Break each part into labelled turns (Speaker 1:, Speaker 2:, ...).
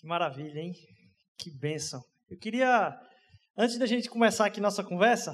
Speaker 1: maravilha, hein? Que bênção. Eu queria, antes da gente começar aqui nossa conversa,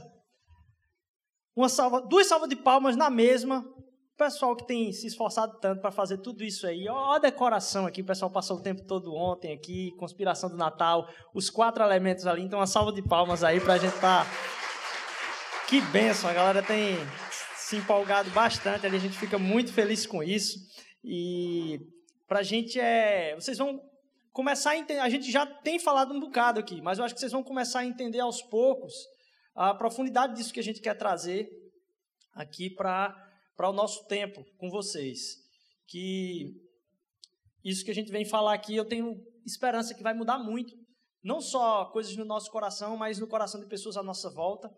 Speaker 1: duas salvas de palmas na mesma. O pessoal que tem se esforçado tanto para fazer tudo isso aí. Ó a decoração aqui, o pessoal passou o tempo todo ontem aqui, conspiração do Natal, os 4 elementos ali. Então, uma salva de palmas aí para a gente estar... Que bênção, a galera tem se empolgado bastante, ali a gente fica muito feliz com isso. E para a gente vocês vão começar a entender, a gente já tem falado um bocado aqui, mas eu acho que vocês vão começar a entender aos poucos a profundidade disso que a gente quer trazer aqui para o nosso tempo com vocês. Que isso que a gente vem falar aqui, eu tenho esperança que vai mudar muito, não só coisas no nosso coração, mas no coração de pessoas à nossa volta.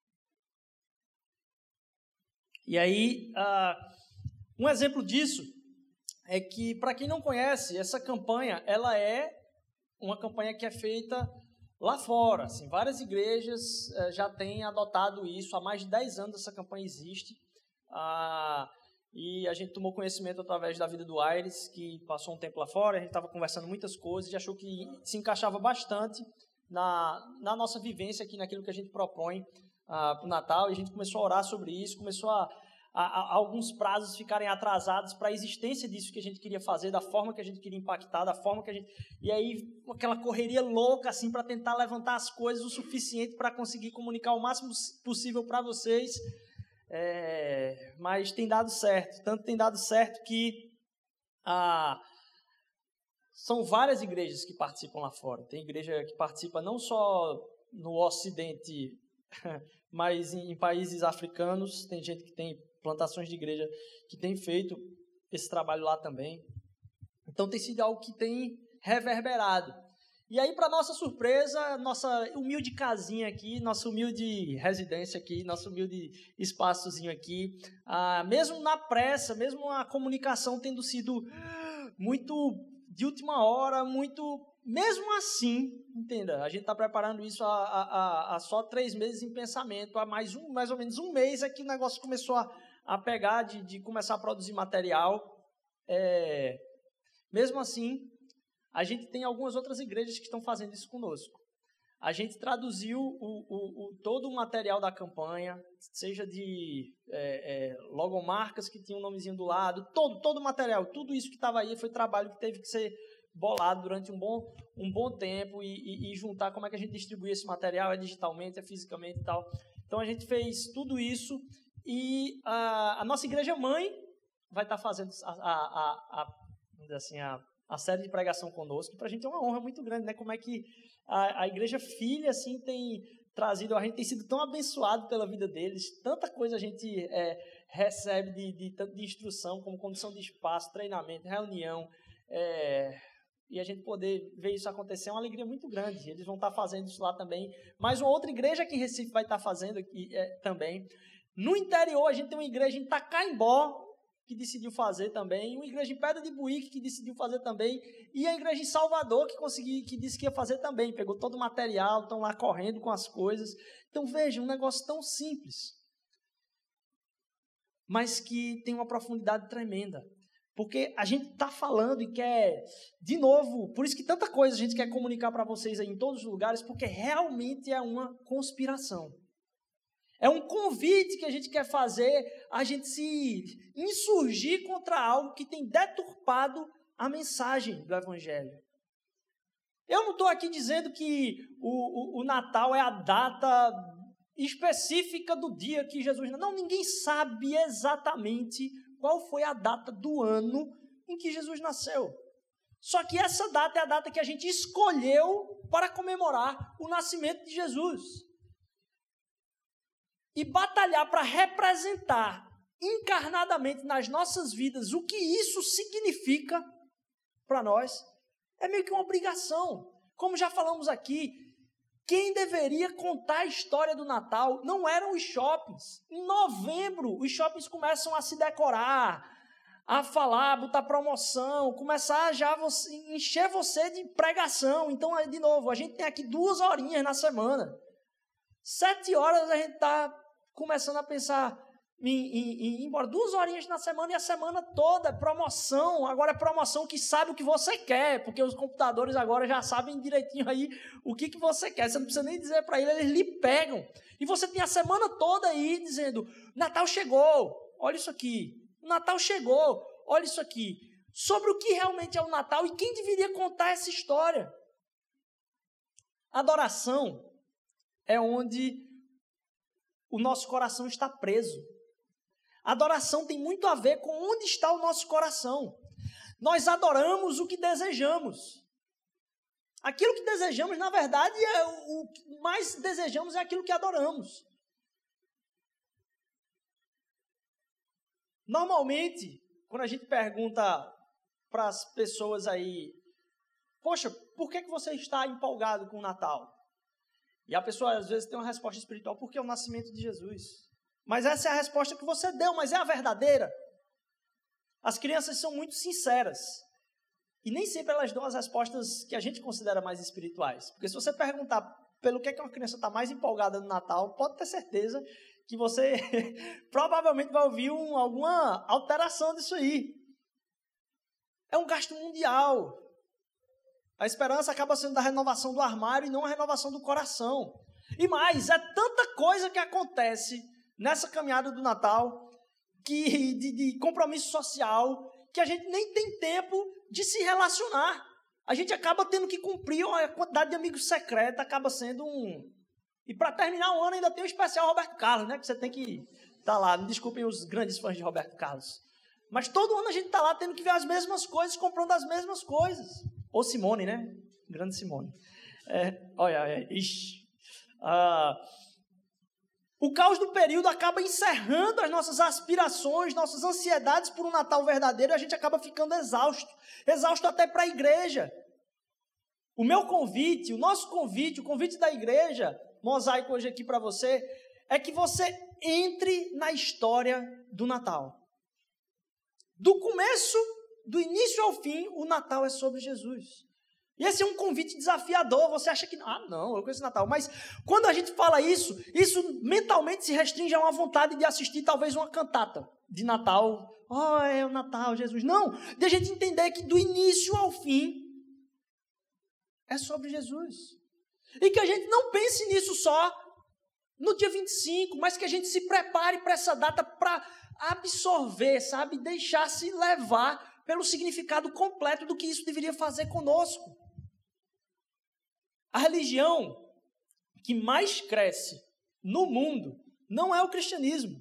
Speaker 1: E aí, um exemplo disso é que, para quem não conhece, essa campanha, ela é uma campanha que é feita lá fora. Assim, várias igrejas já têm adotado isso, há mais de 10 anos essa campanha existe. E a gente tomou conhecimento através da vida do Aires, que passou um tempo lá fora, a gente estava conversando muitas coisas e achou que se encaixava bastante na nossa vivência aqui, naquilo que a gente propõe para o Natal, e a gente começou a orar sobre isso, começou a alguns prazos ficarem atrasados para a existência disso que a gente queria fazer, da forma que a gente queria impactar, da forma que a gente... E aí, aquela correria louca, assim, para tentar levantar as coisas o suficiente para conseguir comunicar o máximo possível para vocês, mas tem dado certo, tanto tem dado certo que são várias igrejas que participam lá fora. Tem igreja que participa não só no Ocidente, mas em países africanos, tem gente que tem plantações de igreja que tem feito esse trabalho lá também. Então tem sido algo que tem reverberado. E aí, para nossa surpresa, nossa humilde casinha aqui, nossa humilde residência aqui, nosso humilde espaçozinho aqui, mesmo na pressa, mesmo a comunicação tendo sido muito de última hora, muito... Mesmo assim, entenda, a gente está preparando isso há só 3 meses em pensamento, há mais ou menos um mês é que o negócio começou a pegar, de começar a produzir material. Mesmo assim, a gente tem algumas outras igrejas que estão fazendo isso conosco. A gente traduziu todo o material da campanha, seja de logomarcas que tinham um nomezinho do lado, todo o material, tudo isso que estava aí foi trabalho que teve que ser bolado durante um bom tempo e juntar como é que a gente distribui esse material, digitalmente, fisicamente e tal. Então, a gente fez tudo isso e a nossa igreja mãe vai estar fazendo a série de pregação conosco. Para a gente é uma honra muito grande, né? Como é que a igreja filha assim, tem trazido, a gente tem sido tão abençoado pela vida deles, tanta coisa a gente recebe de instrução, como condição de espaço, treinamento, reunião, e a gente poder ver isso acontecer é uma alegria muito grande. Eles vão estar fazendo isso lá também. Mas uma outra igreja aqui em Recife vai estar fazendo aqui, também. No interior, a gente tem uma igreja em Tacaimbó, que decidiu fazer também. Uma igreja em Pedra de Buíque, que decidiu fazer também. E a igreja em Salvador, que disse que ia fazer também. Pegou todo o material, estão lá correndo com as coisas. Então, veja, um negócio tão simples, mas que tem uma profundidade tremenda. Porque a gente está falando e quer, de novo, por isso que tanta coisa a gente quer comunicar para vocês aí em todos os lugares, porque realmente é uma conspiração. É um convite que a gente quer fazer, a gente se insurgir contra algo que tem deturpado a mensagem do Evangelho. Eu não estou aqui dizendo que o Natal é a data específica do dia que Jesus... Não, ninguém sabe exatamente qual foi a data do ano em que Jesus nasceu. Só que essa data é a data que a gente escolheu para comemorar o nascimento de Jesus. E batalhar para representar encarnadamente nas nossas vidas o que isso significa para nós é meio que uma obrigação. Como já falamos aqui, quem deveria contar a história do Natal não eram os shoppings. Em novembro, os shoppings começam a se decorar, a falar, botar promoção, começar já encher você de pregação. Então, de novo, a gente tem aqui 2 horinhas na semana. 7 horas a gente está começando a pensar, ir embora 2 horinhas na semana e a semana toda é promoção. Agora é promoção que sabe o que você quer, porque os computadores agora já sabem direitinho aí o que você quer. Você não precisa nem dizer para eles lhe pegam. E você tem a semana toda aí dizendo, Natal chegou, olha isso aqui. O Natal chegou, olha isso aqui. Sobre o que realmente é o Natal e quem deveria contar essa história. Adoração é onde o nosso coração está preso. Adoração tem muito a ver com onde está o nosso coração. Nós adoramos o que desejamos. Aquilo que desejamos, na verdade, o que mais desejamos é aquilo que adoramos. Normalmente, quando a gente pergunta para as pessoas aí, poxa, por que você está empolgado com o Natal? E a pessoa, às vezes, tem uma resposta espiritual, porque é o nascimento de Jesus. Mas essa é a resposta que você deu, mas é a verdadeira. As crianças são muito sinceras. E nem sempre elas dão as respostas que a gente considera mais espirituais. Porque se você perguntar pelo que uma criança está mais empolgada no Natal, pode ter certeza que você provavelmente vai ouvir alguma alteração disso aí. É um gasto mundial. A esperança acaba sendo da renovação do armário e não a renovação do coração. E mais, é tanta coisa que acontece nessa caminhada do Natal, de compromisso social, que a gente nem tem tempo de se relacionar. A gente acaba tendo que cumprir a quantidade de amigos secretos, acaba sendo um... E para terminar o ano ainda tem o especial Roberto Carlos, né? Que você tem que estar lá. Me desculpem os grandes fãs de Roberto Carlos. Mas todo ano a gente está lá tendo que ver as mesmas coisas, comprando as mesmas coisas. Ou Simone, né? Grande Simone. Olha, ixi. O caos do período acaba encerrando as nossas aspirações, nossas ansiedades por um Natal verdadeiro, e a gente acaba ficando exausto. Exausto até para a igreja. O meu convite, o nosso convite, o convite da igreja, Mosaico hoje aqui para você, é que você entre na história do Natal. Do começo, do início ao fim, o Natal é sobre Jesus. E esse é um convite desafiador. Você acha que, não, eu conheço Natal. Mas quando a gente fala isso mentalmente se restringe a uma vontade de assistir talvez uma cantata de Natal. É o Natal, Jesus. Não, de a gente entender que do início ao fim é sobre Jesus. E que a gente não pense nisso só no dia 25, mas que a gente se prepare para essa data para absorver, sabe? Deixar-se levar pelo significado completo do que isso deveria fazer conosco. A religião que mais cresce no mundo não é o cristianismo.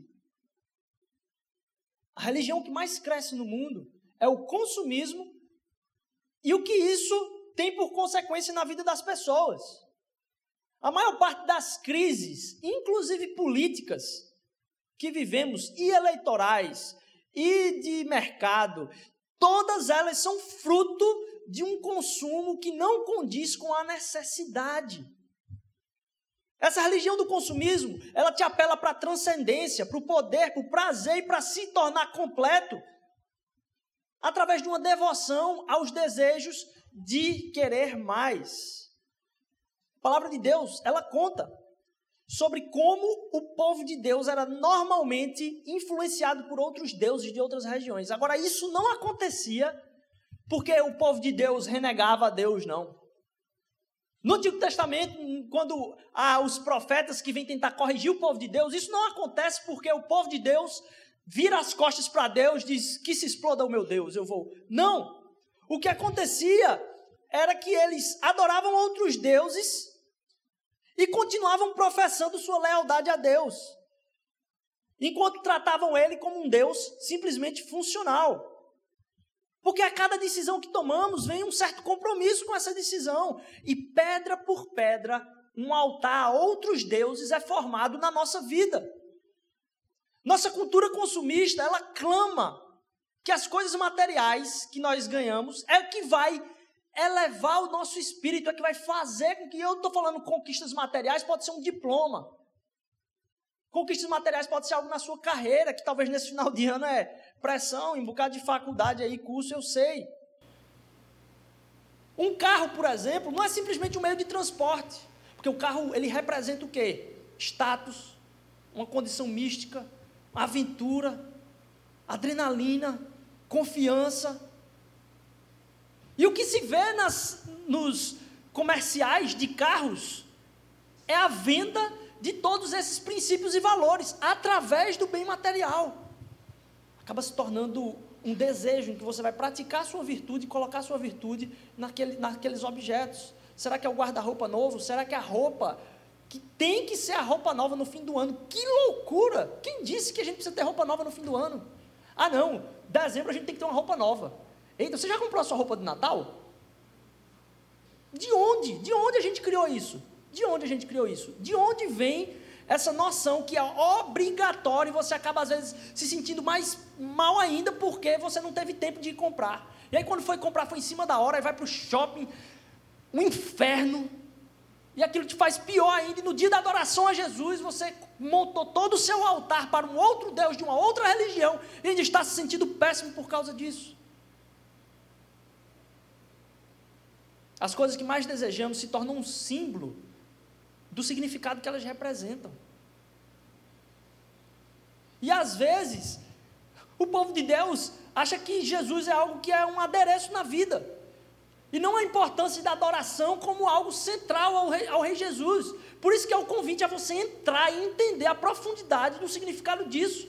Speaker 1: A religião que mais cresce no mundo é o consumismo e o que isso tem por consequência na vida das pessoas. A maior parte das crises, inclusive políticas, que vivemos, e eleitorais, e de mercado, todas elas são fruto de um consumo que não condiz com a necessidade. Essa religião do consumismo, ela te apela para a transcendência, para o poder, para o prazer e para se tornar completo através de uma devoção aos desejos de querer mais. A palavra de Deus, ela conta sobre como o povo de Deus era normalmente influenciado por outros deuses de outras regiões. Agora, isso não acontecia porque o povo de Deus renegava a Deus, não. No Antigo Testamento, quando há os profetas que vêm tentar corrigir o povo de Deus, isso não acontece porque o povo de Deus vira as costas para Deus e diz que se exploda o meu Deus, eu vou. Não. O que acontecia era que eles adoravam outros deuses e continuavam professando sua lealdade a Deus, enquanto tratavam ele como um Deus simplesmente funcional. Porque a cada decisão que tomamos vem um certo compromisso com essa decisão. E pedra por pedra, um altar a outros deuses é formado na nossa vida. Nossa cultura consumista, ela clama que as coisas materiais que nós ganhamos é o que vai elevar o nosso espírito, é o que vai fazer com que, eu estou falando conquistas materiais, pode ser um diploma. Conquistas materiais pode ser algo na sua carreira, que talvez nesse final de ano é pressão, em um bocado de faculdade aí, curso, eu sei. Um carro, por exemplo, não é simplesmente um meio de transporte, porque o carro, ele representa o quê? Status, uma condição mística, aventura, adrenalina, confiança. E o que se vê nos comerciais de carros é a venda de todos esses princípios e valores através do bem material. Acaba se tornando um desejo em que você vai praticar sua virtude e colocar sua virtude naqueles objetos. Será que é o guarda-roupa novo? Será que é a roupa que tem que ser a roupa nova no fim do ano? Que loucura! Quem disse que a gente precisa ter roupa nova no fim do ano? Ah, não, dezembro a gente tem que ter uma roupa nova. Eita, você já comprou a sua roupa de Natal? De onde? De onde a gente criou isso? De onde a gente criou isso? De onde vem essa noção que é obrigatória e você acaba, às vezes, se sentindo mais mal ainda porque você não teve tempo de ir comprar. E aí, quando foi comprar, foi em cima da hora, aí vai para o shopping, um inferno, e aquilo te faz pior ainda, e no dia da adoração a Jesus, você montou todo o seu altar para um outro Deus, de uma outra religião, e ainda está se sentindo péssimo por causa disso. As coisas que mais desejamos se tornam um símbolo do significado que elas representam. E às vezes, o povo de Deus acha que Jesus é algo que é um adereço na vida, e não a importância da adoração como algo central ao Rei Jesus. Por isso que é o convite a você entrar e entender a profundidade do significado disso.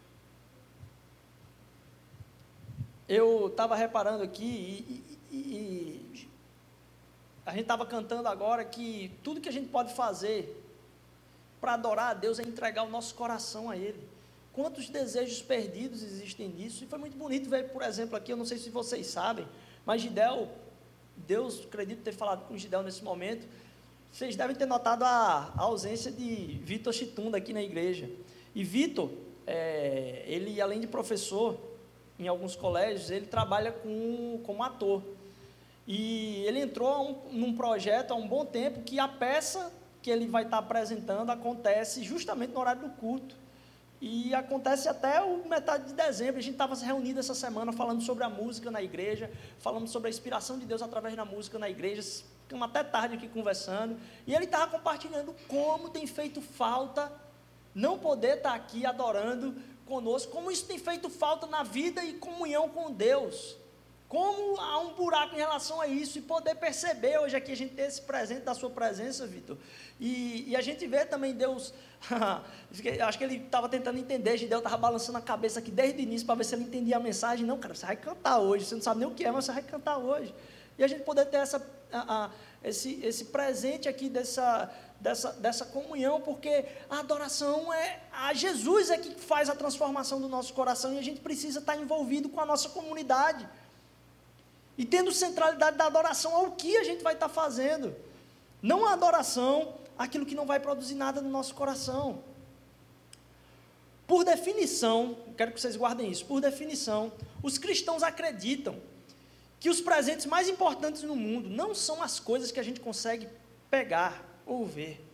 Speaker 1: Eu estava reparando aqui, e a gente estava cantando agora que tudo que a gente pode fazer para adorar a Deus é entregar o nosso coração a Ele. Quantos desejos perdidos existem nisso? E foi muito bonito ver, por exemplo, aqui, eu não sei se vocês sabem, mas Gideão, Deus, acredito ter falado com Gideão nesse momento, vocês devem ter notado a ausência de Vitor Chitunda aqui na igreja. E Vitor, ele além de professor em alguns colégios, ele trabalha como ator. E ele entrou num projeto há um bom tempo que a peça que ele vai estar apresentando acontece justamente no horário do culto. E acontece até metade de dezembro. A gente estava se reunindo essa semana falando sobre a música na igreja, falando sobre a inspiração de Deus através da música na igreja, ficamos até tarde aqui conversando, e ele estava compartilhando como tem feito falta não poder estar aqui adorando conosco, como isso tem feito falta na vida e comunhão com Deus. Como há um buraco em relação a isso, e poder perceber hoje aqui, a gente ter esse presente da sua presença, Vitor, e a gente vê também Deus, acho que ele estava tentando entender, Gideão estava balançando a cabeça aqui desde o início, para ver se ele entendia a mensagem. Não, cara, você vai cantar hoje, você não sabe nem o que é, mas você vai cantar hoje, e a gente poder ter esse presente aqui, dessa comunhão, porque a adoração a Jesus é que faz a transformação do nosso coração, e a gente precisa estar envolvido com a nossa comunidade, e tendo centralidade da adoração ao que a gente vai estar fazendo, não a adoração àquilo que não vai produzir nada no nosso coração. Por definição, quero que vocês guardem isso, por definição, os cristãos acreditam que os presentes mais importantes no mundo não são as coisas que a gente consegue pegar ou ver.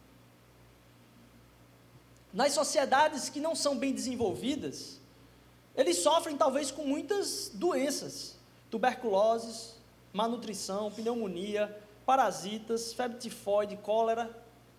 Speaker 1: Nas sociedades que não são bem desenvolvidas, eles sofrem talvez com muitas doenças, tuberculose, malnutrição, pneumonia, parasitas, febre tifoide, cólera.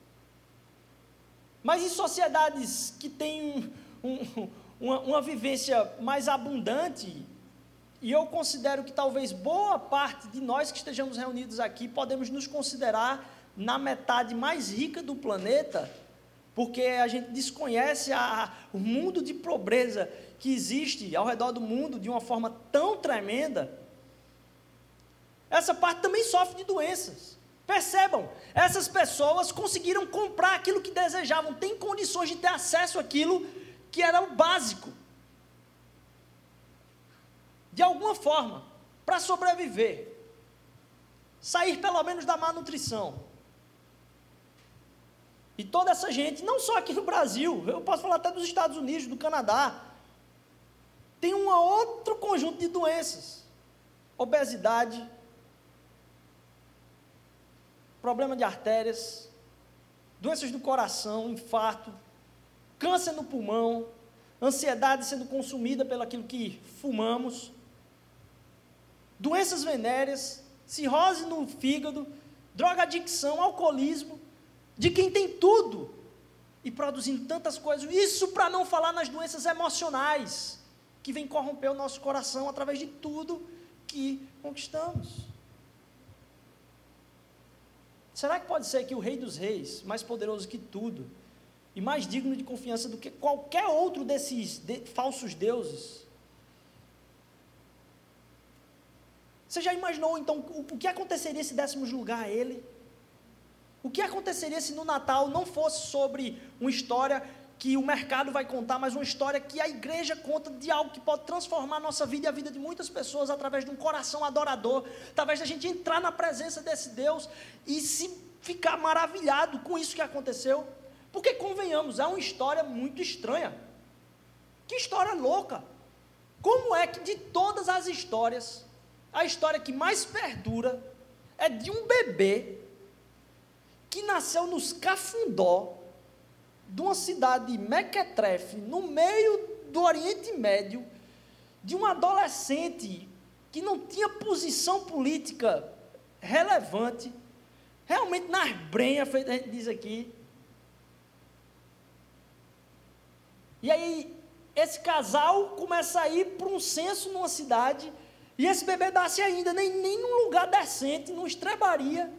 Speaker 1: Mas em sociedades que têm uma vivência mais abundante, e eu considero que talvez boa parte de nós que estejamos reunidos aqui podemos nos considerar na metade mais rica do planeta, porque a gente desconhece o mundo de pobreza que existe ao redor do mundo de uma forma tão tremenda. Essa parte também sofre de doenças. Percebam, essas pessoas conseguiram comprar aquilo que desejavam, têm condições de ter acesso àquilo que era o básico, de alguma forma, para sobreviver, sair pelo menos da malnutrição. E toda essa gente, não só aqui no Brasil, eu posso falar até dos Estados Unidos, do Canadá, tem um outro conjunto de doenças: obesidade, problema de artérias, doenças do coração, infarto, câncer no pulmão, ansiedade sendo consumida pelo aquilo que fumamos, doenças venéreas, cirrose no fígado, drogadicção, alcoolismo, de quem tem tudo e produzindo tantas coisas. Isso para não falar nas doenças emocionais, que vem corromper o nosso coração através de tudo que conquistamos. Será que pode ser que o Rei dos Reis, mais poderoso que tudo, e mais digno de confiança do que qualquer outro desses falsos deuses? Você já imaginou, então, o que aconteceria se dessemos lugar a ele? O que aconteceria se no Natal não fosse sobre uma história que o mercado vai contar, mas uma história que a igreja conta de algo que pode transformar a nossa vida e a vida de muitas pessoas através de um coração adorador, através da gente entrar na presença desse Deus e se ficar maravilhado com isso que aconteceu? Porque, convenhamos, é uma história muito estranha. Que história louca! Como é que de todas as histórias, a história que mais perdura é de um bebê que nasceu nos Cafundó, de uma cidade mequetrefe, no meio do Oriente Médio, de um adolescente que não tinha posição política relevante, realmente nas brenhas, feito a gente diz aqui. E aí, esse casal começa a ir para um censo numa cidade, e esse bebê nasce ainda, nem num lugar decente, numa estrebaria.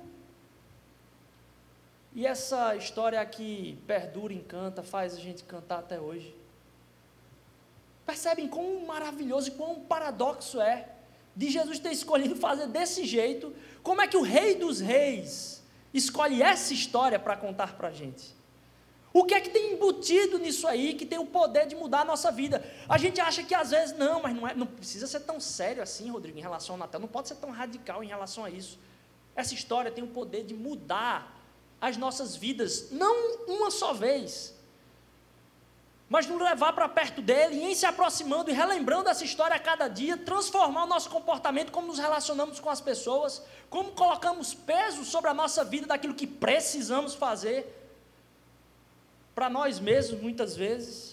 Speaker 1: E essa história aqui perdura, encanta, faz a gente cantar até hoje. Percebem quão maravilhoso e quão paradoxo é de Jesus ter escolhido fazer desse jeito? Como é que o Rei dos Reis escolhe essa história para contar para a gente? O que é que tem embutido nisso aí, que tem o poder de mudar a nossa vida? A gente acha que às vezes, não precisa ser tão sério assim, Rodrigo, em relação ao Natal, não pode ser tão radical em relação a isso. Essa história tem o poder de mudar as nossas vidas, não uma só vez, mas nos levar para perto dele, e em se aproximando e relembrando essa história a cada dia, transformar o nosso comportamento, como nos relacionamos com as pessoas, como colocamos peso sobre a nossa vida, daquilo que precisamos fazer, para nós mesmos, muitas vezes.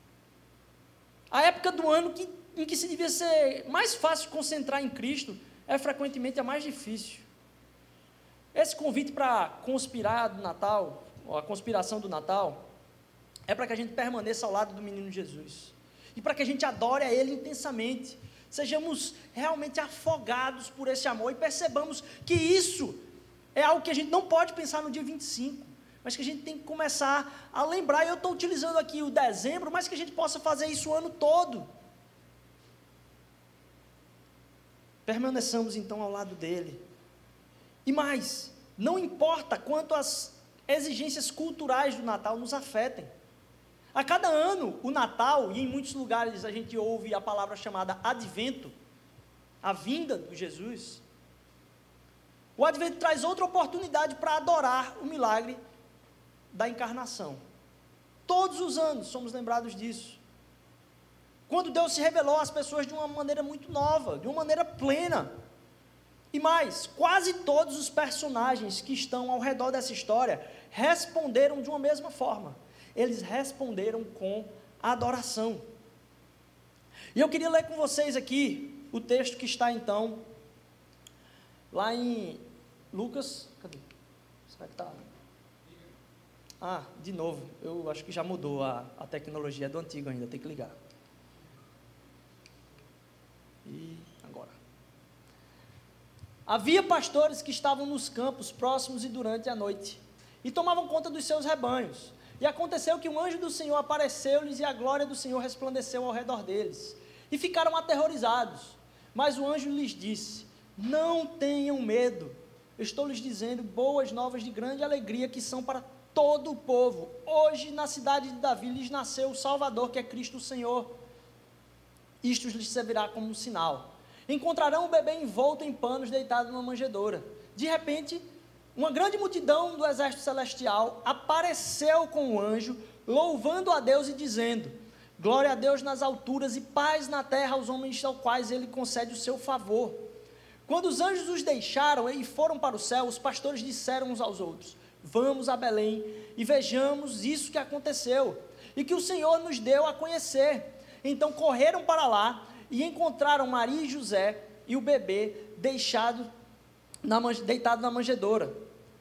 Speaker 1: A época do ano em que se devia ser mais fácil concentrar em Cristo, é frequentemente a mais difícil. Esse convite para conspirar do Natal, ou a conspiração do Natal, é para que a gente permaneça ao lado do menino Jesus, e para que a gente adore a Ele intensamente, sejamos realmente afogados por esse amor, e percebamos que isso é algo que a gente não pode pensar no dia 25, mas que a gente tem que começar a lembrar. Eu estou utilizando aqui o dezembro, mas que a gente possa fazer isso o ano todo. Permaneçamos então ao lado dele. E mais, não importa quanto as exigências culturais do Natal nos afetem. A cada ano, o Natal, e em muitos lugares a gente ouve a palavra chamada advento, a vinda de Jesus. O advento traz outra oportunidade para adorar o milagre da encarnação. Todos os anos somos lembrados disso. Quando Deus se revelou às pessoas de uma maneira muito nova, de uma maneira plena. E mais, quase todos os personagens que estão ao redor dessa história responderam de uma mesma forma. Eles responderam com adoração. E eu queria ler com vocês aqui o texto que está então lá em Lucas. Cadê? Será que está? De novo, eu acho que já mudou a tecnologia, é do antigo ainda, tem que ligar. E agora. Havia pastores que estavam nos campos próximos e durante a noite, e tomavam conta dos seus rebanhos. E aconteceu que um anjo do Senhor apareceu-lhes, e a glória do Senhor resplandeceu ao redor deles. E ficaram aterrorizados. Mas o anjo lhes disse: não tenham medo, eu estou lhes dizendo boas novas de grande alegria, que são para todo o povo. Hoje na cidade de Davi lhes nasceu o Salvador, que é Cristo o Senhor. Isto lhes servirá como um sinal. Encontrarão o bebê envolto em panos, deitado numa manjedoura. De repente, uma grande multidão do exército celestial apareceu com o anjo, louvando a Deus e dizendo: glória a Deus nas alturas e paz na terra aos homens aos quais ele concede o seu favor. Quando os anjos os deixaram e foram para o céu, os pastores disseram uns aos outros: vamos a Belém e vejamos isso que aconteceu e que o Senhor nos deu a conhecer. Então correram para lá e encontraram Maria e José e o bebê deitado na manjedoura.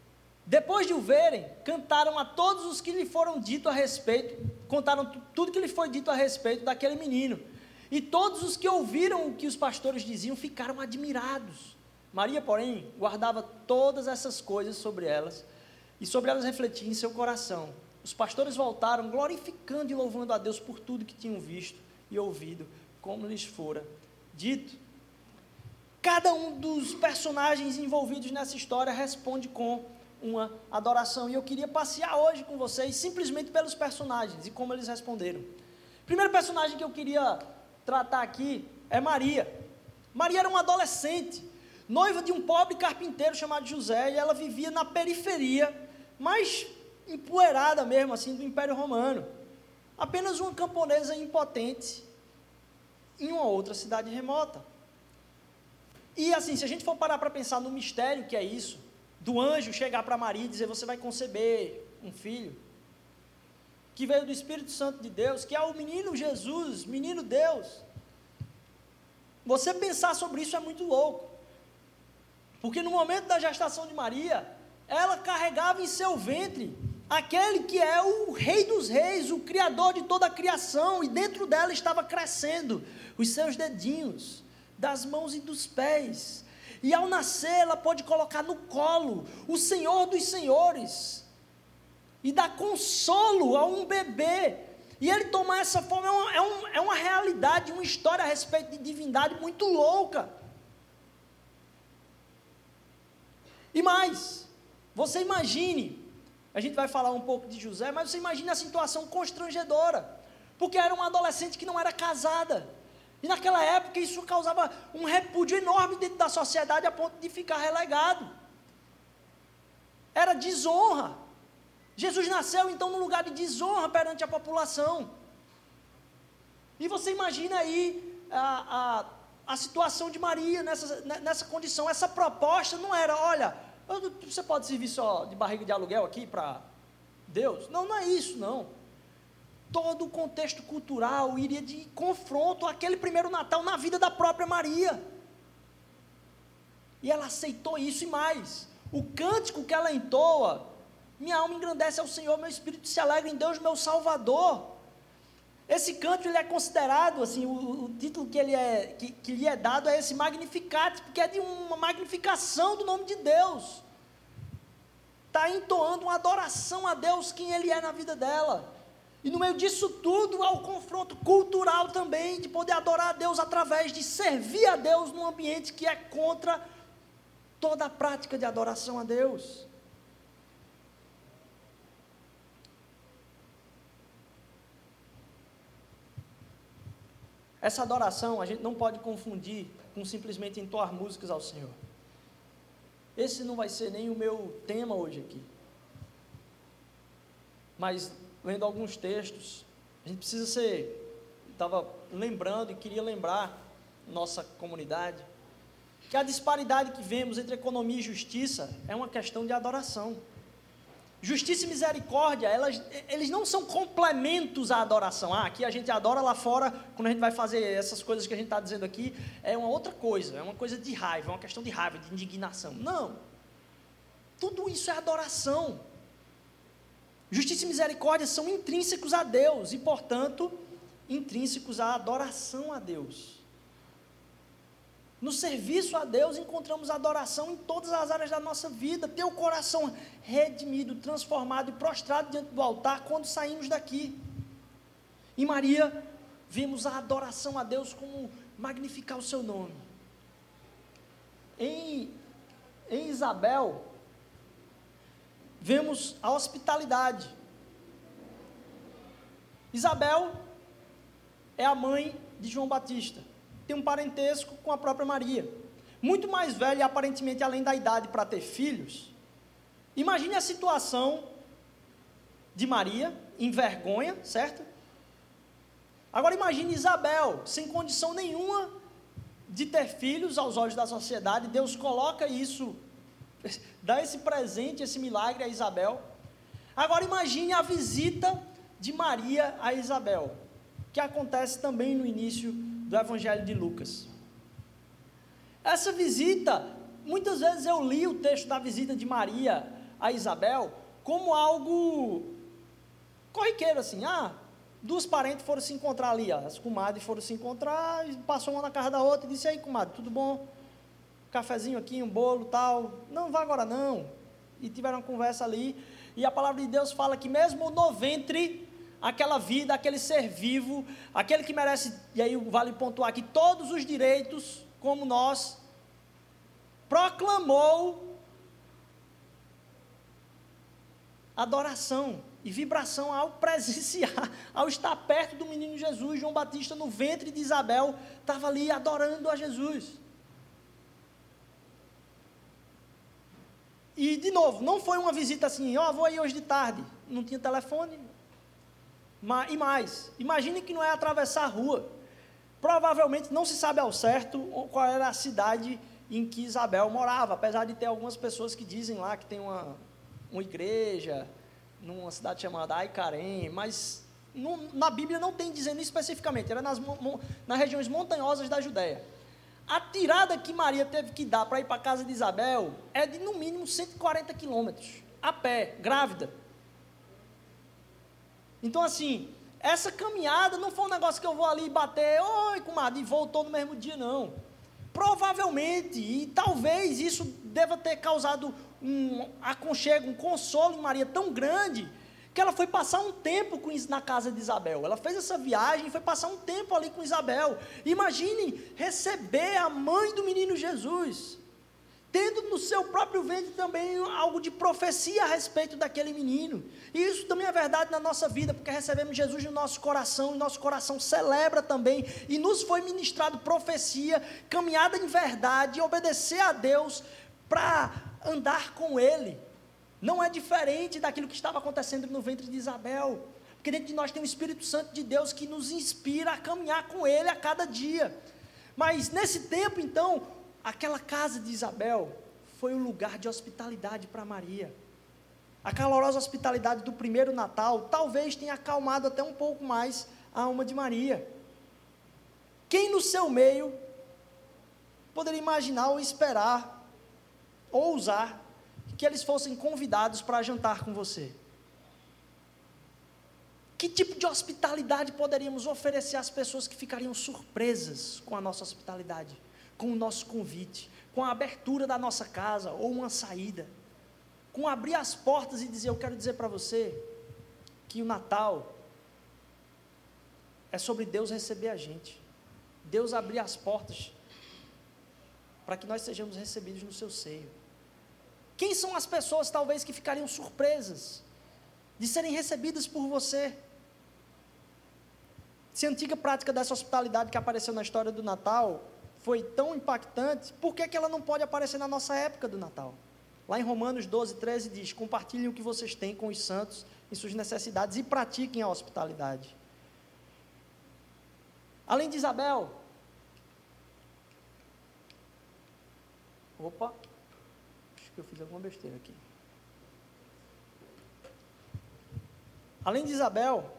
Speaker 1: Depois de o verem, cantaram a todos os que lhe foram dito a respeito, contaram tudo que lhe foi dito a respeito daquele menino. E todos os que ouviram o que os pastores diziam ficaram admirados. Maria, porém, guardava todas essas coisas sobre elas, e sobre elas refletia em seu coração. Os pastores voltaram, glorificando e louvando a Deus por tudo que tinham visto e ouvido, como lhes fora dito. Cada um dos personagens envolvidos nessa história responde com uma adoração, e eu queria passear hoje com vocês simplesmente pelos personagens e como eles responderam. O primeiro personagem que eu queria tratar aqui é Maria. Maria era uma adolescente, noiva de um pobre carpinteiro chamado José, e ela vivia na periferia, mais empoeirada mesmo assim do Império Romano, apenas uma camponesa impotente em uma outra cidade remota. E assim, se a gente for parar para pensar no mistério que é isso, do anjo chegar para Maria e dizer: você vai conceber um filho, que veio do Espírito Santo de Deus, que é o menino Jesus, menino Deus. Você pensar sobre isso é muito louco, porque no momento da gestação de Maria, ela carregava em seu ventre aquele que é o Rei dos Reis, o Criador de toda a criação, e dentro dela estava crescendo os seus dedinhos, das mãos e dos pés, e ao nascer ela pôde colocar no colo o Senhor dos Senhores, e dar consolo a um bebê, e ele tomar essa forma, é uma realidade, uma história a respeito de divindade muito louca. E mais, você imagine, a gente vai falar um pouco de José, mas você imagine a situação constrangedora, porque era uma adolescente que não era casada, e naquela época isso causava um repúdio enorme dentro da sociedade, a ponto de ficar relegado. Era desonra. Jesus nasceu então num lugar de desonra perante a população. E você imagina aí a situação de Maria nessa condição. Essa proposta não era: olha, você pode servir só de barriga de aluguel aqui para Deus? Não, não é isso, não. Todo o contexto cultural iria de confronto àquele primeiro Natal na vida da própria Maria. E ela aceitou isso, e mais, o cântico que ela entoa: minha alma engrandece ao Senhor, meu espírito se alegra em Deus, meu Salvador. Esse cântico, ele é considerado, assim, o título que lhe é dado é esse Magnificat, porque é de uma magnificação do nome de Deus. Está entoando uma adoração a Deus, quem Ele é na vida dela. E no meio disso tudo, há o confronto cultural também, de poder adorar a Deus através de servir a Deus num ambiente que é contra toda a prática de adoração a Deus. Essa adoração a gente não pode confundir com simplesmente entoar músicas ao Senhor. Esse não vai ser nem o meu tema hoje aqui. Mas, lendo alguns textos, a gente precisa estava lembrando e queria lembrar nossa comunidade, que a disparidade que vemos entre economia e justiça é uma questão de adoração. Justiça e misericórdia, eles não são complementos à adoração. Aqui a gente adora, lá fora, quando a gente vai fazer essas coisas que a gente está dizendo aqui, é uma outra coisa, é uma coisa de raiva, é uma questão de raiva, de indignação. Não, tudo isso é adoração. Justiça e misericórdia são intrínsecos a Deus e, portanto, intrínsecos à adoração a Deus. No serviço a Deus encontramos adoração em todas as áreas da nossa vida, ter o coração redimido, transformado e prostrado diante do altar quando saímos daqui. Em Maria, vimos a adoração a Deus como magnificar o seu nome. Em Isabel, vemos a hospitalidade. Isabel é a mãe de João Batista, tem um parentesco com a própria Maria, muito mais velha, aparentemente, além da idade para ter filhos. Imagine a situação de Maria, em vergonha, certo? Agora imagine Isabel, sem condição nenhuma de ter filhos aos olhos da sociedade. Deus coloca isso, dá esse presente, esse milagre a Isabel. Agora imagine a visita de Maria a Isabel, que acontece também no início do Evangelho de Lucas. Essa visita, muitas vezes eu li o texto da visita de Maria a Isabel como algo corriqueiro, assim, duas parentes foram se encontrar ali, as comadres foram se encontrar, passou uma na casa da outra e disse, aí comadre, tudo bom? Cafezinho aqui, um bolo, tal, não vá agora não, e tiveram uma conversa ali, e a palavra de Deus fala que mesmo no ventre, aquela vida, aquele ser vivo, aquele que merece, e aí vale pontuar aqui, todos os direitos, como nós, proclamou adoração e vibração ao presenciar, ao estar perto do menino Jesus. João Batista no ventre de Isabel, estava ali adorando a Jesus. E de novo, não foi uma visita assim, vou aí hoje de tarde, não tinha telefone, e mais, imagine que não é atravessar a rua, provavelmente não se sabe ao certo qual era a cidade em que Isabel morava, apesar de ter algumas pessoas que dizem lá que tem uma igreja, numa cidade chamada Aicarém, mas na Bíblia não tem dizendo especificamente, era nas regiões montanhosas da Judéia. A tirada que Maria teve que dar para ir para a casa de Isabel é de no mínimo 140 quilômetros, a pé, grávida. Então assim, essa caminhada não foi um negócio que eu vou ali bater, oi comadre, e voltou no mesmo dia, não. Provavelmente, e talvez isso deva ter causado um aconchego, um consolo em Maria tão grande, que ela foi passar um tempo na casa de Isabel. Ela fez essa viagem e foi passar um tempo ali com Isabel. Imagine receber a mãe do menino Jesus, tendo no seu próprio ventre também algo de profecia a respeito daquele menino. E isso também é verdade na nossa vida, porque recebemos Jesus no nosso coração, e nosso coração celebra também, e nos foi ministrado profecia, caminhada em verdade, obedecer a Deus para andar com Ele. Não é diferente daquilo que estava acontecendo no ventre de Isabel, porque dentro de nós tem o Espírito Santo de Deus que nos inspira a caminhar com Ele a cada dia. Mas nesse tempo então, aquela casa de Isabel foi um lugar de hospitalidade para Maria. A calorosa hospitalidade do primeiro Natal talvez tenha acalmado até um pouco mais a alma de Maria. Quem no seu meio poderia imaginar ou esperar, ou ousar, que eles fossem convidados para jantar com você? Que tipo de hospitalidade poderíamos oferecer às pessoas que ficariam surpresas com a nossa hospitalidade, com o nosso convite, com a abertura da nossa casa, ou uma saída, com abrir as portas e dizer, eu quero dizer para você, que o Natal é sobre Deus receber a gente, Deus abrir as portas, para que nós sejamos recebidos no seu seio. Quem são as pessoas talvez que ficariam surpresas, de serem recebidas por você? Se a antiga prática dessa hospitalidade que apareceu na história do Natal foi tão impactante, por que ela não pode aparecer na nossa época do Natal? Lá em Romanos 12, 13 diz, compartilhem o que vocês têm com os santos em suas necessidades e pratiquem a hospitalidade. Além de Isabel, acho que eu fiz alguma besteira aqui. Além de Isabel,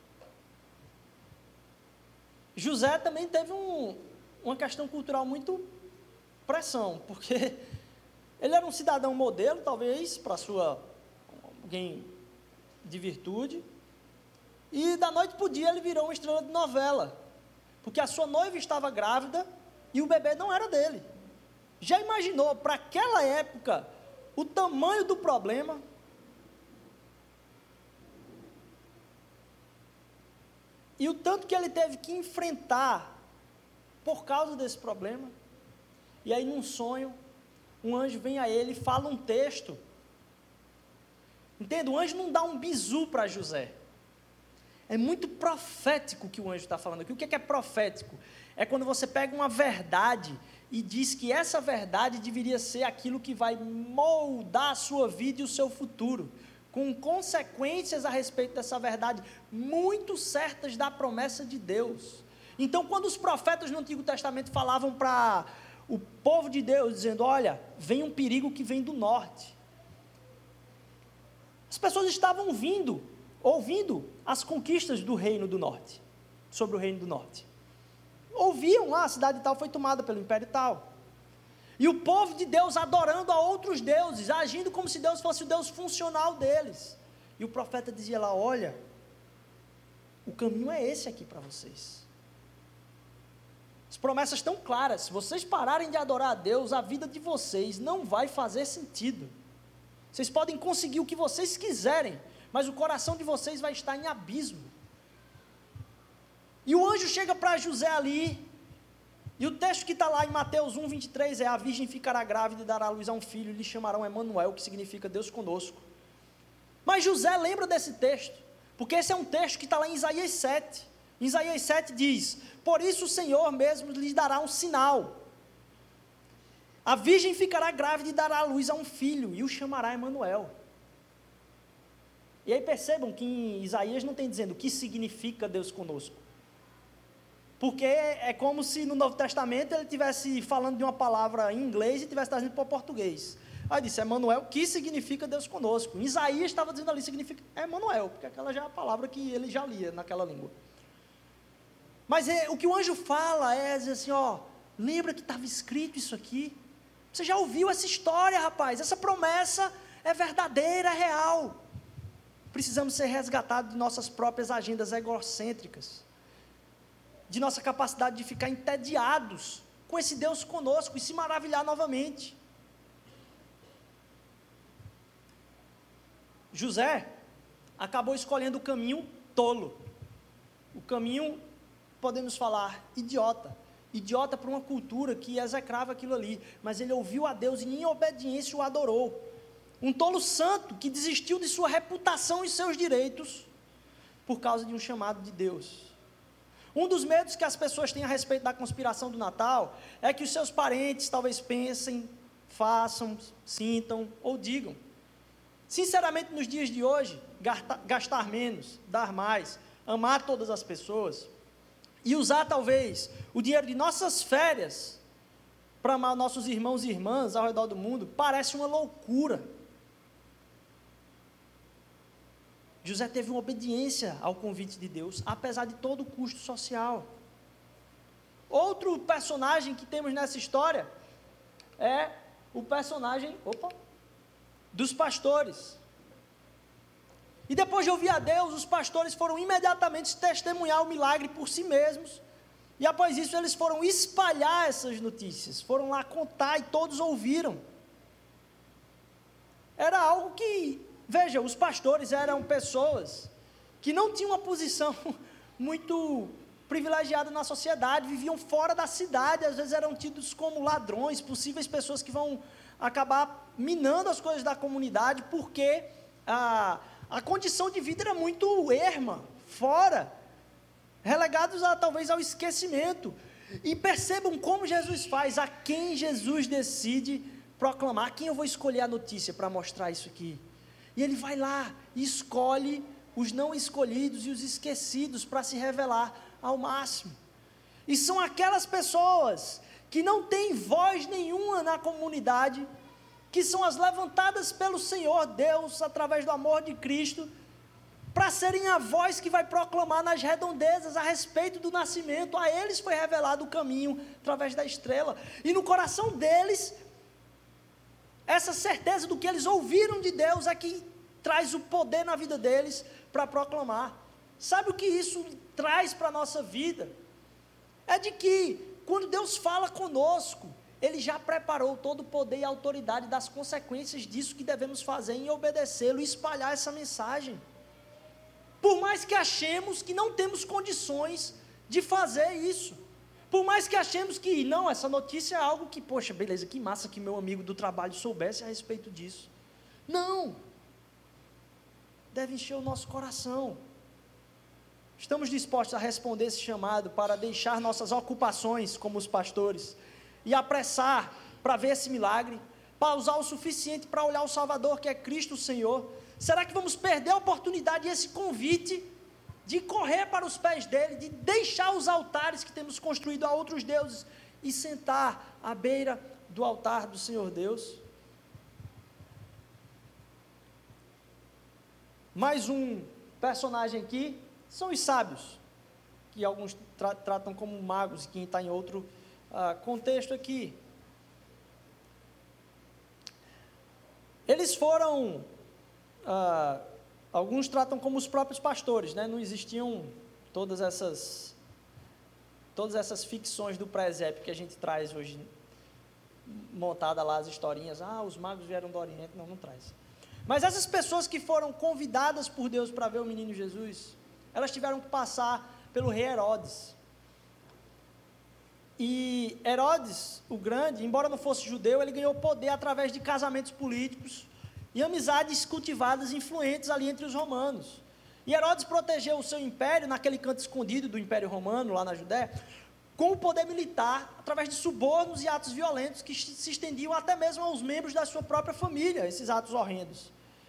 Speaker 1: José também teve uma questão cultural muito pressão, porque ele era um cidadão modelo, talvez, para alguém de virtude, e da noite para o dia ele virou uma estrela de novela, porque a sua noiva estava grávida e o bebê não era dele. Já imaginou, para aquela época, o tamanho do problema? E o tanto que ele teve que enfrentar por causa desse problema. E aí, num sonho, um anjo vem a ele e fala um texto. Entende? O anjo não dá um bizu para José. É muito profético o que o anjo está falando aqui. O que é profético? É quando você pega uma verdade e diz que essa verdade deveria ser aquilo que vai moldar a sua vida e o seu futuro, com consequências a respeito dessa verdade, muito certas da promessa de Deus. Então, quando os profetas no Antigo Testamento falavam para o povo de Deus, dizendo, olha, vem um perigo que vem do norte, as pessoas estavam ouvindo as conquistas do reino do norte, sobre o reino do norte. Ouviam lá, a cidade tal foi tomada pelo império tal. E o povo de Deus adorando a outros deuses, agindo como se Deus fosse o Deus funcional deles. E o profeta dizia lá: olha, o caminho é esse aqui para vocês. As promessas estão claras. Se vocês pararem de adorar a Deus, a vida de vocês não vai fazer sentido. Vocês podem conseguir o que vocês quiserem, mas o coração de vocês vai estar em abismo. E o anjo chega para José ali, e o texto que está lá em Mateus 1, 23 é: a virgem ficará grávida e dará à luz a um filho, e lhe chamarão Emanuel, que significa Deus conosco. Mas José lembra desse texto, porque esse é um texto que está lá em Isaías 7. Em Isaías 7 diz: por isso o Senhor mesmo lhes dará um sinal. A virgem ficará grávida e dará à luz a um filho, e o chamará Emanuel. E aí percebam que em Isaías não tem dizendo o que significa Deus conosco. Porque é como se no Novo Testamento ele estivesse falando de uma palavra em inglês e estivesse trazendo para o português. Aí disse: Emanuel, que significa Deus conosco? Em Isaías estava dizendo ali, significa Emanuel, porque aquela já é a palavra que ele já lia naquela língua. Mas o que o anjo fala é dizer assim: ó, lembra que estava escrito isso aqui? Você já ouviu essa história, rapaz? Essa promessa é verdadeira, é real. Precisamos ser resgatados de nossas próprias agendas egocêntricas, de nossa capacidade de ficar entediados com esse Deus conosco e se maravilhar novamente. José acabou escolhendo o caminho tolo, o caminho, podemos falar, idiota para uma cultura que execrava aquilo ali, mas ele ouviu a Deus e em obediência o adorou. Um tolo santo que desistiu de sua reputação e seus direitos por causa de um chamado de Deus. Um dos medos que as pessoas têm a respeito da conspiração do Natal é que os seus parentes talvez pensem, façam, sintam ou digam. Sinceramente, nos dias de hoje, gastar menos, dar mais, amar todas as pessoas e usar talvez o dinheiro de nossas férias para amar nossos irmãos e irmãs ao redor do mundo parece uma loucura. José teve uma obediência ao convite de Deus, apesar de todo o custo social. Outro personagem que temos nessa história é o personagem dos pastores. E depois de ouvir a Deus, os pastores foram imediatamente testemunhar o milagre por si mesmos. E após isso eles foram espalhar essas notícias, foram lá contar e todos ouviram. Era algo que, veja, os pastores eram pessoas que não tinham uma posição muito privilegiada na sociedade, viviam fora da cidade, às vezes eram tidos como ladrões, possíveis pessoas que vão acabar minando as coisas da comunidade, porque a condição de vida era muito erma, fora, relegados talvez ao esquecimento. E percebam como Jesus faz, a quem Jesus decide proclamar, a quem eu vou escolher a notícia para mostrar isso aqui. E ele vai lá e escolhe os não escolhidos e os esquecidos para se revelar ao máximo. E são aquelas pessoas que não têm voz nenhuma na comunidade, que são as levantadas pelo Senhor Deus, através do amor de Cristo, para serem a voz que vai proclamar nas redondezas a respeito do nascimento. A eles foi revelado o caminho através da estrela, e no coração deles, essa certeza do que eles ouviram de Deus é que traz o poder na vida deles para proclamar. Sabe o que isso traz para a nossa vida? É de que, quando Deus fala conosco, Ele já preparou todo o poder e autoridade das consequências disso que devemos fazer em obedecê-lo e espalhar essa mensagem. Por mais que achemos que não temos condições de fazer isso, por mais que achemos que, não, essa notícia é algo que, poxa, beleza, que massa que meu amigo do trabalho soubesse a respeito disso. Não, deve encher o nosso coração. Estamos dispostos a responder esse chamado para deixar nossas ocupações como os pastores e apressar para ver esse milagre, para usar o suficiente para olhar o Salvador, que é Cristo o Senhor? Será que vamos perder a oportunidade e esse convite de correr para os pés dele, de deixar os altares que temos construído a outros deuses e sentar à beira do altar do Senhor Deus? Mais um personagem aqui são os sábios, que alguns tratam como magos, e quem está em outro contexto aqui. Eles foram, alguns tratam como os próprios pastores, né? Não existiam todas essas ficções do presépio que a gente traz hoje, montada lá as historinhas, os magos vieram do Oriente, não traz. Mas essas pessoas que foram convidadas por Deus para ver o menino Jesus, elas tiveram que passar pelo rei Herodes. E Herodes, o Grande, embora não fosse judeu, ele ganhou poder através de casamentos políticos e amizades cultivadas influentes ali entre os romanos. E Herodes protegeu o seu império, naquele canto escondido do Império Romano, lá na Judéia, com o poder militar, através de subornos e atos violentos que se estendiam até mesmo aos membros da sua própria família, esses atos horrendos.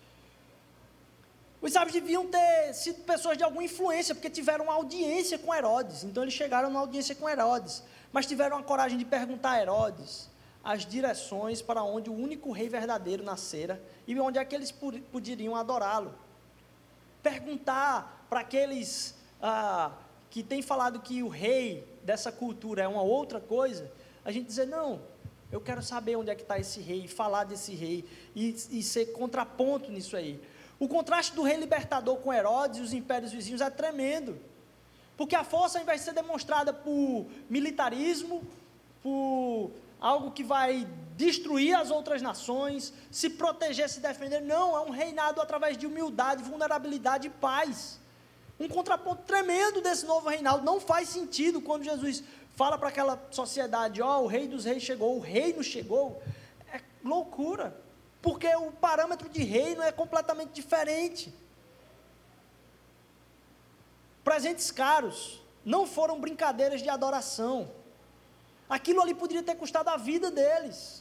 Speaker 1: Os sábios deviam ter sido pessoas de alguma influência, porque tiveram uma audiência com Herodes. Então eles chegaram numa audiência com Herodes, mas tiveram a coragem de perguntar a Herodes as direções para onde o único rei verdadeiro nascera e onde é que eles poderiam adorá-lo. Perguntar para aqueles que têm falado que o rei dessa cultura é uma outra coisa, a gente dizer, não, eu quero saber onde é que está esse rei, falar desse rei e ser contraponto nisso aí. O contraste do rei libertador com Herodes e os impérios vizinhos é tremendo, porque a força, ao invés de ser demonstrada por militarismo, por algo que vai destruir as outras nações, se proteger, se defender, não, é um reinado através de humildade, vulnerabilidade e paz. Um contraponto tremendo desse novo reinado. Não faz sentido quando Jesus fala para aquela sociedade, o rei dos reis chegou, o reino chegou, é loucura, porque o parâmetro de reino é completamente diferente. Presentes caros não foram brincadeiras de adoração. Aquilo ali poderia ter custado a vida deles.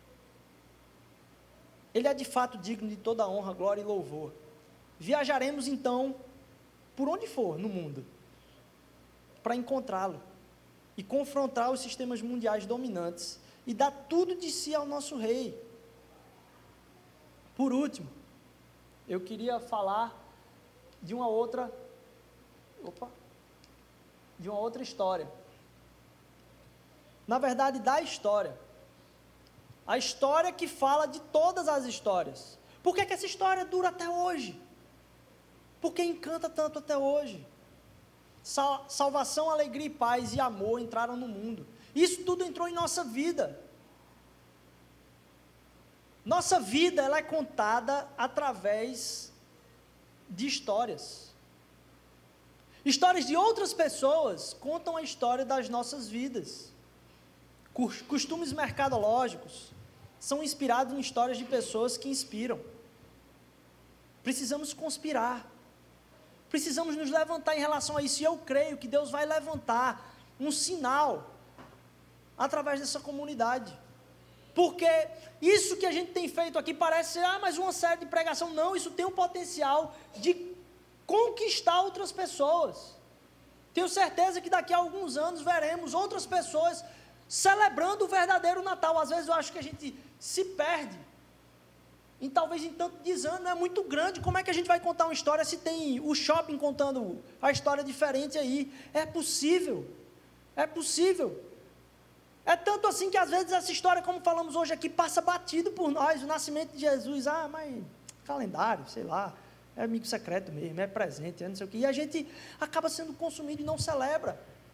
Speaker 1: Ele é de fato digno de toda honra, glória e louvor. Viajaremos então por onde for no mundo para encontrá-lo e confrontar os sistemas mundiais dominantes e dar tudo de si ao nosso rei. Por último, eu queria falar de uma outra história. Na verdade, da história. A história que fala de todas as histórias. Por que essa história dura até hoje? Por que encanta tanto até hoje? Salvação, alegria e paz e amor entraram no mundo. Isso tudo entrou em nossa vida. Nossa vida, ela é contada através de histórias. Histórias de outras pessoas contam a história das nossas vidas. Costumes mercadológicos são inspirados em histórias de pessoas que inspiram. Precisamos conspirar. Precisamos nos levantar em relação a isso. E eu creio que Deus vai levantar um sinal através dessa comunidade. Porque isso que a gente tem feito aqui parece ser, mais uma série de pregação. Não, isso tem o potencial de conquistar outras pessoas. Tenho certeza que daqui a alguns anos veremos outras pessoas celebrando o verdadeiro Natal. Às vezes eu acho que a gente se perde. E talvez em tanto desânimo, é muito grande. Como é que a gente vai contar uma história se tem o shopping contando a história diferente aí? É possível. É possível. É tanto assim que às vezes essa história, como falamos hoje aqui, passa batido por nós. O nascimento de Jesus, mas calendário, sei lá, é amigo secreto mesmo, é presente, é não sei o quê. E a gente acaba sendo consumido e não celebra.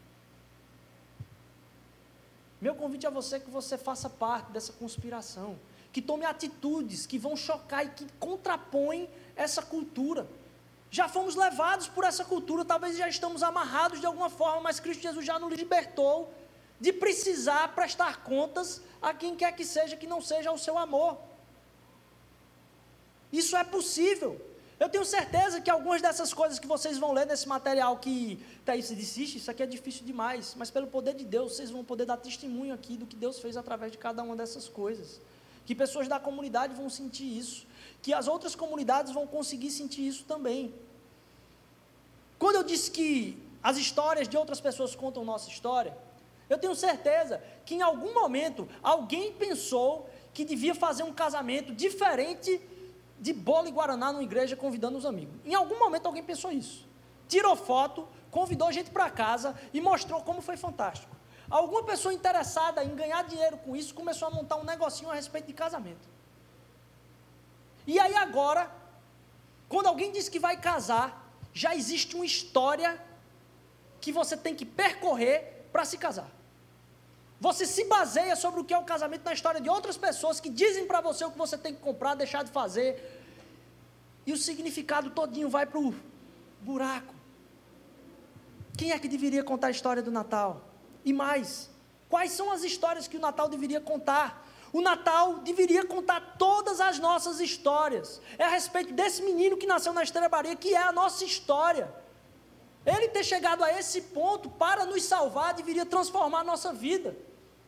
Speaker 1: Meu convite a você é que você faça parte dessa conspiração, que tome atitudes que vão chocar e que contrapõem essa cultura. Já fomos levados por essa cultura, talvez já estamos amarrados de alguma forma, mas Cristo Jesus já nos libertou de precisar prestar contas a quem quer que seja, que não seja o seu amor. Isso é possível. Eu tenho certeza que algumas dessas coisas que vocês vão ler nesse material que Thaís desiste, isso aqui é difícil demais, mas pelo poder de Deus, vocês vão poder dar testemunho aqui do que Deus fez através de cada uma dessas coisas. Que pessoas da comunidade vão sentir isso, que as outras comunidades vão conseguir sentir isso também. Quando eu disse que as histórias de outras pessoas contam nossa história, eu tenho certeza que em algum momento alguém pensou que devia fazer um casamento diferente de bolo e guaraná numa igreja convidando os amigos. Em algum momento alguém pensou isso. Tirou foto, convidou gente para casa e mostrou como foi fantástico. Alguma pessoa interessada em ganhar dinheiro com isso começou a montar um negocinho a respeito de casamento. E aí agora, quando alguém diz que vai casar, já existe uma história que você tem que percorrer para se casar. Você se baseia sobre o que é o casamento na história de outras pessoas que dizem para você o que você tem que comprar, deixar de fazer, e o significado todinho vai para o buraco. Quem é que deveria contar a história do Natal? E mais, quais são as histórias que o Natal deveria contar? O Natal deveria contar todas as nossas histórias. É a respeito desse menino que nasceu na estrebaria, que é a nossa história. Ele ter chegado a esse ponto para nos salvar, deveria transformar a nossa vida.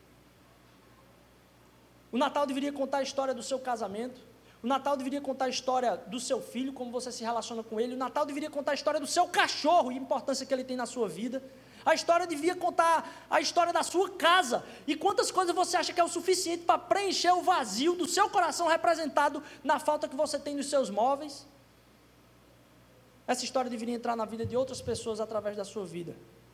Speaker 1: O Natal deveria contar a história do seu casamento. O Natal deveria contar a história do seu filho, como você se relaciona com ele. O Natal deveria contar a história do seu cachorro e a importância que ele tem na sua vida. A história devia contar a história da sua casa. E quantas coisas você acha que é o suficiente para preencher o vazio do seu coração representado na falta que você tem nos seus móveis? Essa história deveria entrar na vida de outras pessoas através da sua vida.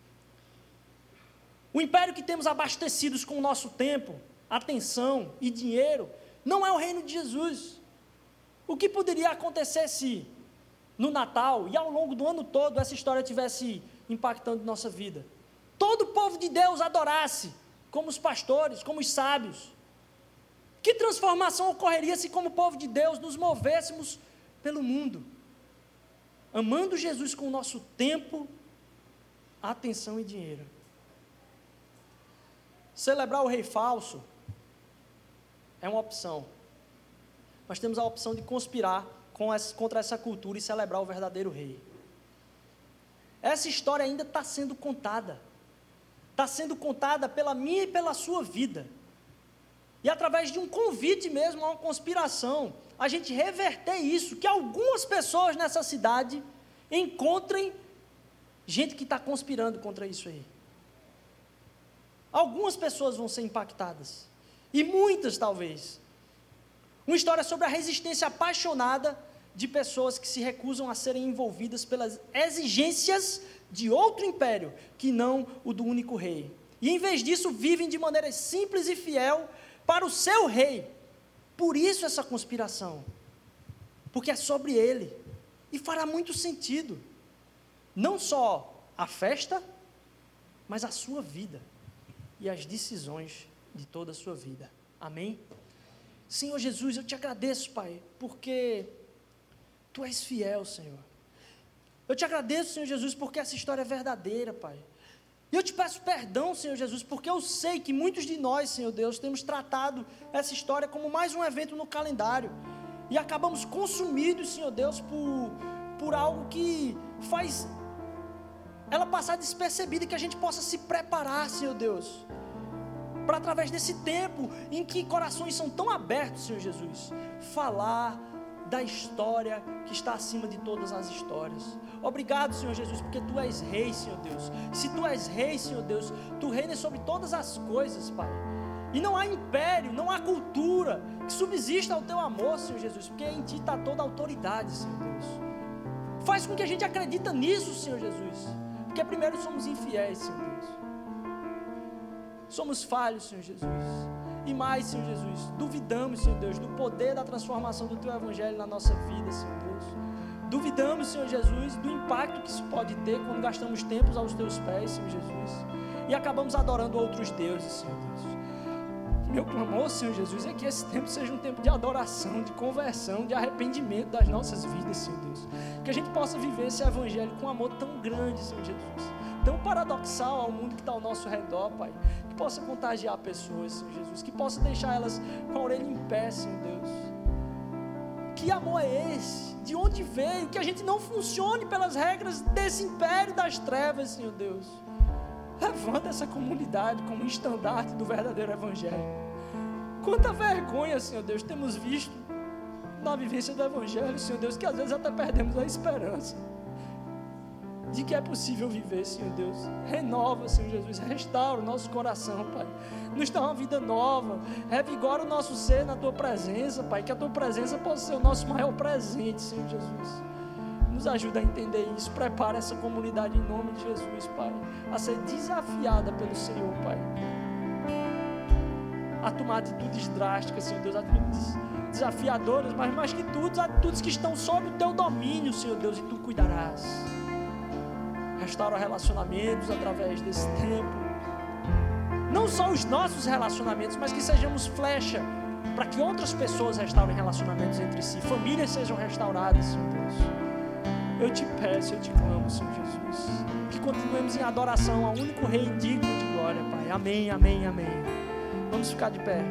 Speaker 1: O império que temos abastecidos com o nosso tempo, atenção e dinheiro, não é o reino de Jesus. O que poderia acontecer se no Natal e ao longo do ano todo essa história estivesse impactando nossa vida? Todo o povo de Deus adorasse, como os pastores, como os sábios. Que transformação ocorreria se, como povo de Deus, nos movêssemos pelo mundo, amando Jesus com o nosso tempo, atenção e dinheiro? Celebrar o rei falso é uma opção. Nós temos a opção de conspirar contra essa cultura e celebrar o verdadeiro rei. Essa história ainda está sendo contada. Está sendo contada pela minha e pela sua vida. E através de um convite mesmo, a uma conspiração, a gente reverter isso, que algumas pessoas nessa cidade encontrem gente que está conspirando contra isso aí. Algumas pessoas vão ser impactadas. E muitas talvez. Uma história sobre a resistência apaixonada de pessoas que se recusam a serem envolvidas pelas exigências de outro império, que não o do único rei. E em vez disso, vivem de maneira simples e fiel para o seu rei. Por isso essa conspiração. Porque é sobre ele. E fará muito sentido. Não só a festa, mas a sua vida. E as decisões de toda a sua vida. Amém? Senhor Jesus, eu te agradeço, Pai, porque Tu és fiel, Senhor. Eu te agradeço, Senhor Jesus, porque essa história é verdadeira, Pai. E eu te peço perdão, Senhor Jesus, porque eu sei que muitos de nós, Senhor Deus, temos tratado essa história como mais um evento no calendário. E acabamos consumidos, Senhor Deus, por algo que faz ela passar despercebida, e que a gente possa se preparar, Senhor Deus, para através desse tempo em que corações são tão abertos, Senhor Jesus, falar da história que está acima de todas as histórias. Obrigado, Senhor Jesus, porque Tu és rei, Senhor Deus. Se Tu és rei, Senhor Deus, Tu reinas sobre todas as coisas, Pai. E não há império, não há cultura que subsista ao Teu amor, Senhor Jesus, porque em Ti está toda a autoridade, Senhor Deus. Faz com que a gente acredite nisso, Senhor Jesus, porque primeiro somos infiéis, Senhor Deus. Somos falhos, Senhor Jesus. E mais, Senhor Jesus, duvidamos, Senhor Deus, do poder da transformação do Teu Evangelho na nossa vida, Senhor Deus. Duvidamos, Senhor Jesus, do impacto que isso pode ter quando gastamos tempos aos Teus pés, Senhor Jesus, e acabamos adorando outros deuses, Senhor Deus. Meu clamor, Senhor Jesus, é que esse tempo seja um tempo de adoração, de conversão, de arrependimento das nossas vidas, Senhor Deus. Que a gente possa viver esse Evangelho com um amor tão grande, Senhor Jesus, tão paradoxal ao mundo que está ao nosso redor, Pai. Que possa contagiar pessoas, Senhor Jesus, que possa deixar elas com a orelha em pé, Senhor Deus. Que amor é esse? De onde veio? Que a gente não funcione pelas regras desse império das trevas, Senhor Deus. Levanta essa comunidade como um estandarte do verdadeiro Evangelho. Quanta vergonha, Senhor Deus, temos visto na vivência do Evangelho, Senhor Deus, que às vezes até perdemos a esperança de que é possível viver, Senhor Deus. Renova, Senhor Jesus, restaura o nosso coração, Pai. Nos dá uma vida nova, revigora o nosso ser na Tua presença, Pai, que a Tua presença possa ser o nosso maior presente, Senhor Jesus. Nos ajuda a entender isso, prepara essa comunidade em nome de Jesus, Pai, a ser desafiada pelo Senhor, Pai. a tomar atitudes drásticas, Senhor Deus, atitudes desafiadoras, mas mais que tudo, atitudes que estão sob o teu domínio, Senhor Deus, e tu cuidarás. Restaura relacionamentos através desse tempo, não só os nossos relacionamentos, mas que sejamos flecha para que outras pessoas restaurem relacionamentos entre si, famílias sejam restauradas, Senhor Deus. Eu te peço, eu te clamo, Senhor Jesus, que continuemos em adoração ao único Rei digno de glória, Pai. Amém, amém, amém. Vamos ficar de pé.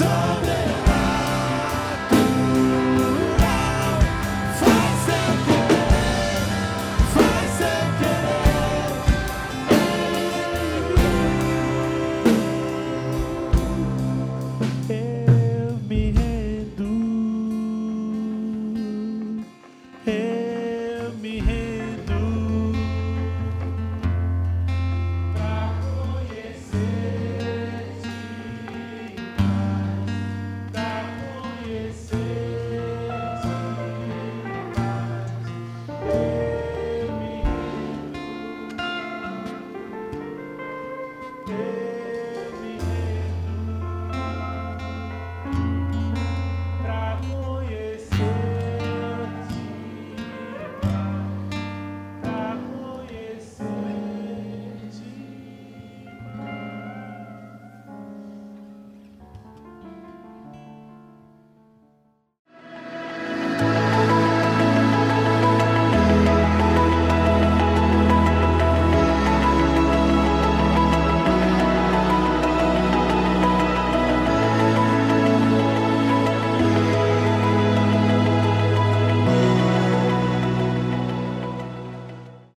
Speaker 2: Só